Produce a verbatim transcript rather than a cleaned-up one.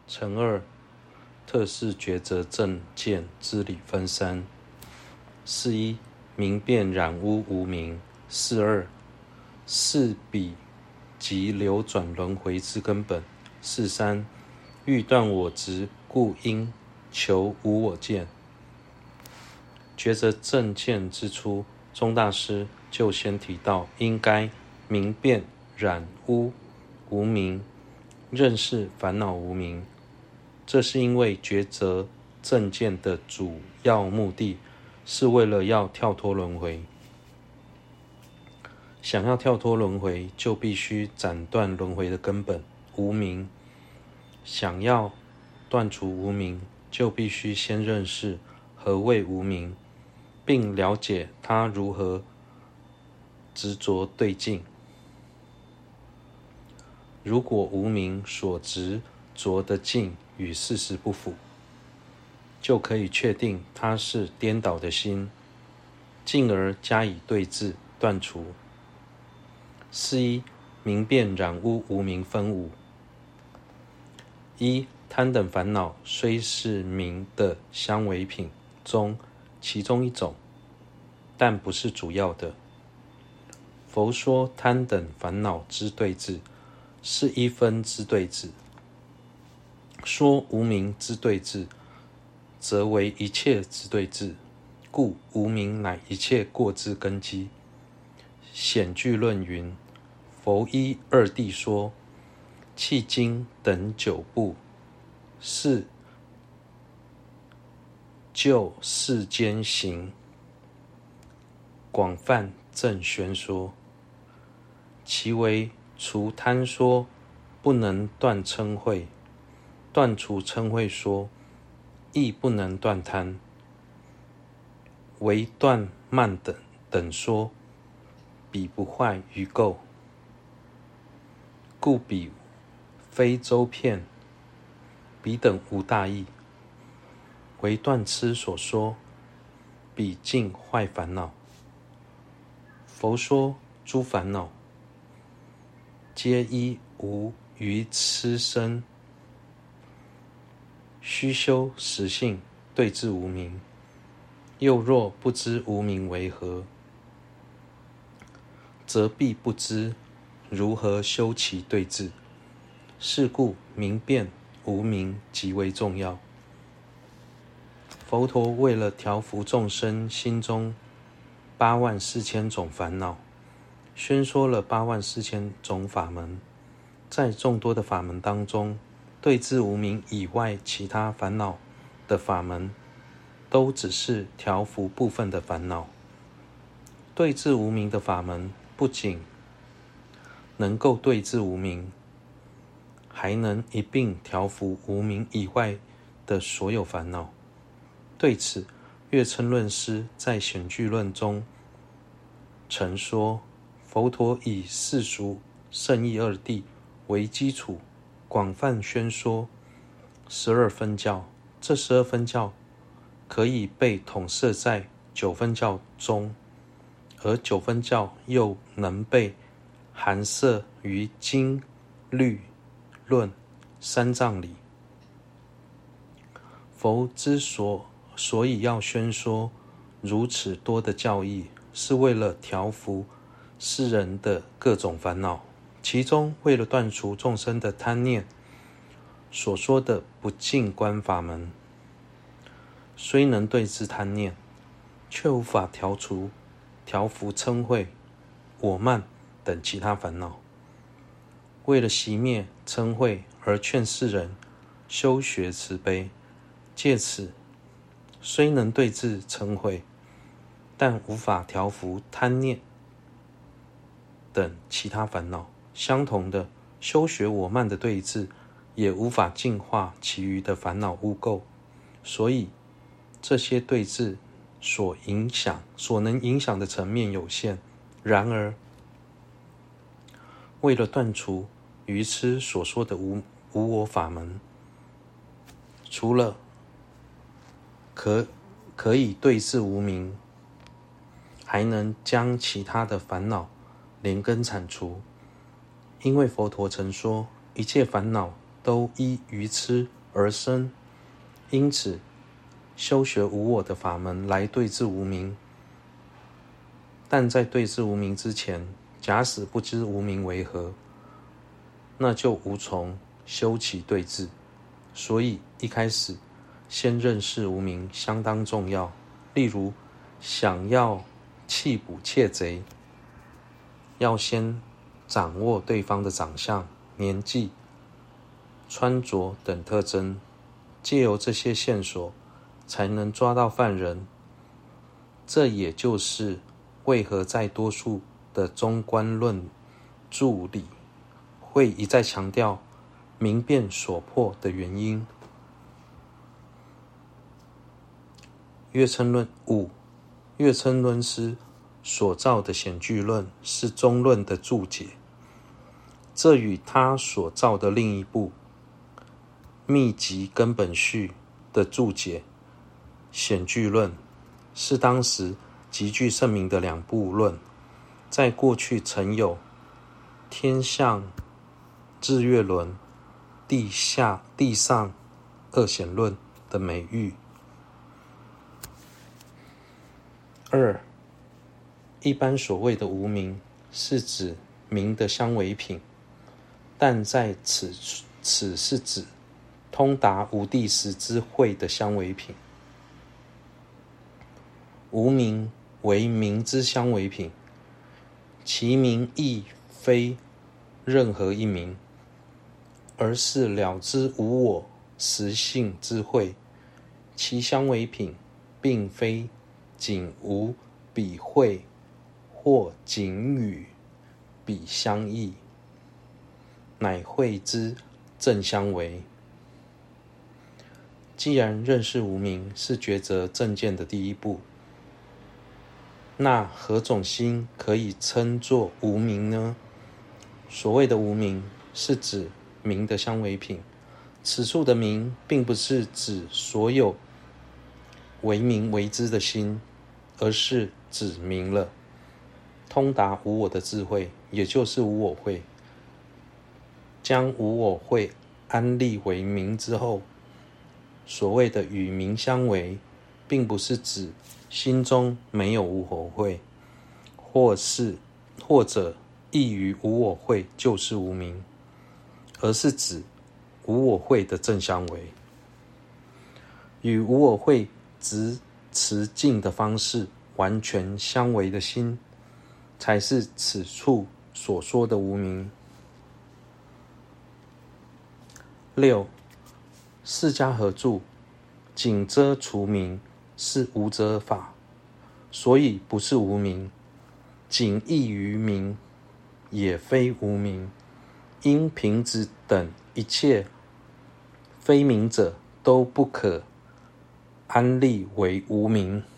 乘二，特是抉择正见之理分三。四一，明辨染污无明。四二，是彼即流转轮回之根本。四三，欲断我执，故应求无我见。抉择正见之初，宗大师就先提到应该明辨染污无明，认识烦恼无明。这是因为抉择正见的主要目的是为了要跳脱轮回。想要跳脱轮回，就必须斩断轮回的根本无明。想要断除无明，就必须先认识何谓无明，并了解它如何执着对境。如果无明所执着的境与事实不符，就可以确定它是颠倒的心，进而加以对治断除。四一，明辨染污无明分五。一，贪等烦恼虽是明的相违品中其中一种，但不是主要的。佛说贪等烦恼之对治，是一分之对治；说无明之对治，则为一切之对治。故无明乃一切过之根基。显句论云：佛依二谛说，迄今等九部，是就世间行，广泛正宣说。其为除贪说，不能断嗔恚；断除嗔恚说，亦不能断贪。唯断慢等等说，彼不坏于垢，故彼非周遍，彼等无大义。唯断痴所说，彼尽坏烦恼。佛说诸烦恼，皆依无于痴生，须修实性对治无明。又若不知无明为何，则必不知如何修其对治。是故明辨无明极为重要。佛陀为了调伏众生心中八万四千种烦恼，宣说了八万四千种法门。在众多的法门当中，对治无明以外其他烦恼的法门，都只是调伏部分的烦恼。对治无明的法门，不仅能够对治无明，还能一并调伏无明以外的所有烦恼。对此，月称论师在显句论中曾说，佛陀以世俗圣义二谛为基础，广泛宣说十二分教。这十二分教可以被统摄在九分教中，而九分教又能被含摄于经、律、论三藏里。佛之所所以要宣说如此多的教义，是为了调伏世人的各种烦恼。其中为了断除众生的贪念，所说的不净观法门，虽能对治贪念，却无法调除调伏嗔恚、我慢等其他烦恼。为了熄灭嗔恚而劝世人修学慈悲，借此虽能对治嗔恚，但无法调伏贪念等其他烦恼。相同的，修学我慢的对治，也无法净化其余的烦恼污垢。所以这些对治所影响、所能影响的层面有限。然而，为了断除愚痴所说的无无我法门，除了可可以对治无明，还能将其他的烦恼连根铲除。因为佛陀曾说，一切烦恼都依愚痴而生，因此修学无我的法门来对治无明。但在对治无明之前，假使不知无明为何，那就无从修起对治。所以一开始先认识无明相当重要。例如想要弃捕窃贼，要先掌握对方的长相、年纪、穿着等特征，借由这些线索才能抓到犯人。这也就是为何在多数的中观论著里会一再强调明辨所迫的原因。月称论五，月称论师所造的显句论是中论的注解，这与他所造的另一部密集根本序的注解显句论是当时极具盛名的两部论，在过去曾有天象日月轮、地下地上二显论的美誉。二，一般所谓的无明是指明的相违品，但在此此是指通达无地时之慧的相违品。无明为明之相违品，其明亦非任何一明，而是了知无我实性之慧。其相违品并非仅无彼慧或仅与彼相异，乃慧之正相违。既然认识无明是抉择正见的第一步，那何种心可以称作无明呢？所谓的无明是指明的相违品，此处的明并不是指所有为明为知的心，而是指明了通达无我的智慧，也就是无我慧。将无我慧安立为明之后，所谓的与明相违，并不是指心中没有无我慧，或是或者异于无我慧就是无明，而是指无我慧的正相违。与无我慧直持境的方式完全相违的心，才是此处所说的无明。六，释迦合注，仅遮除明是无遮法，所以不是无明；仅异于明，也非无明。因瓶子等一切非明者，都不可安立为无明。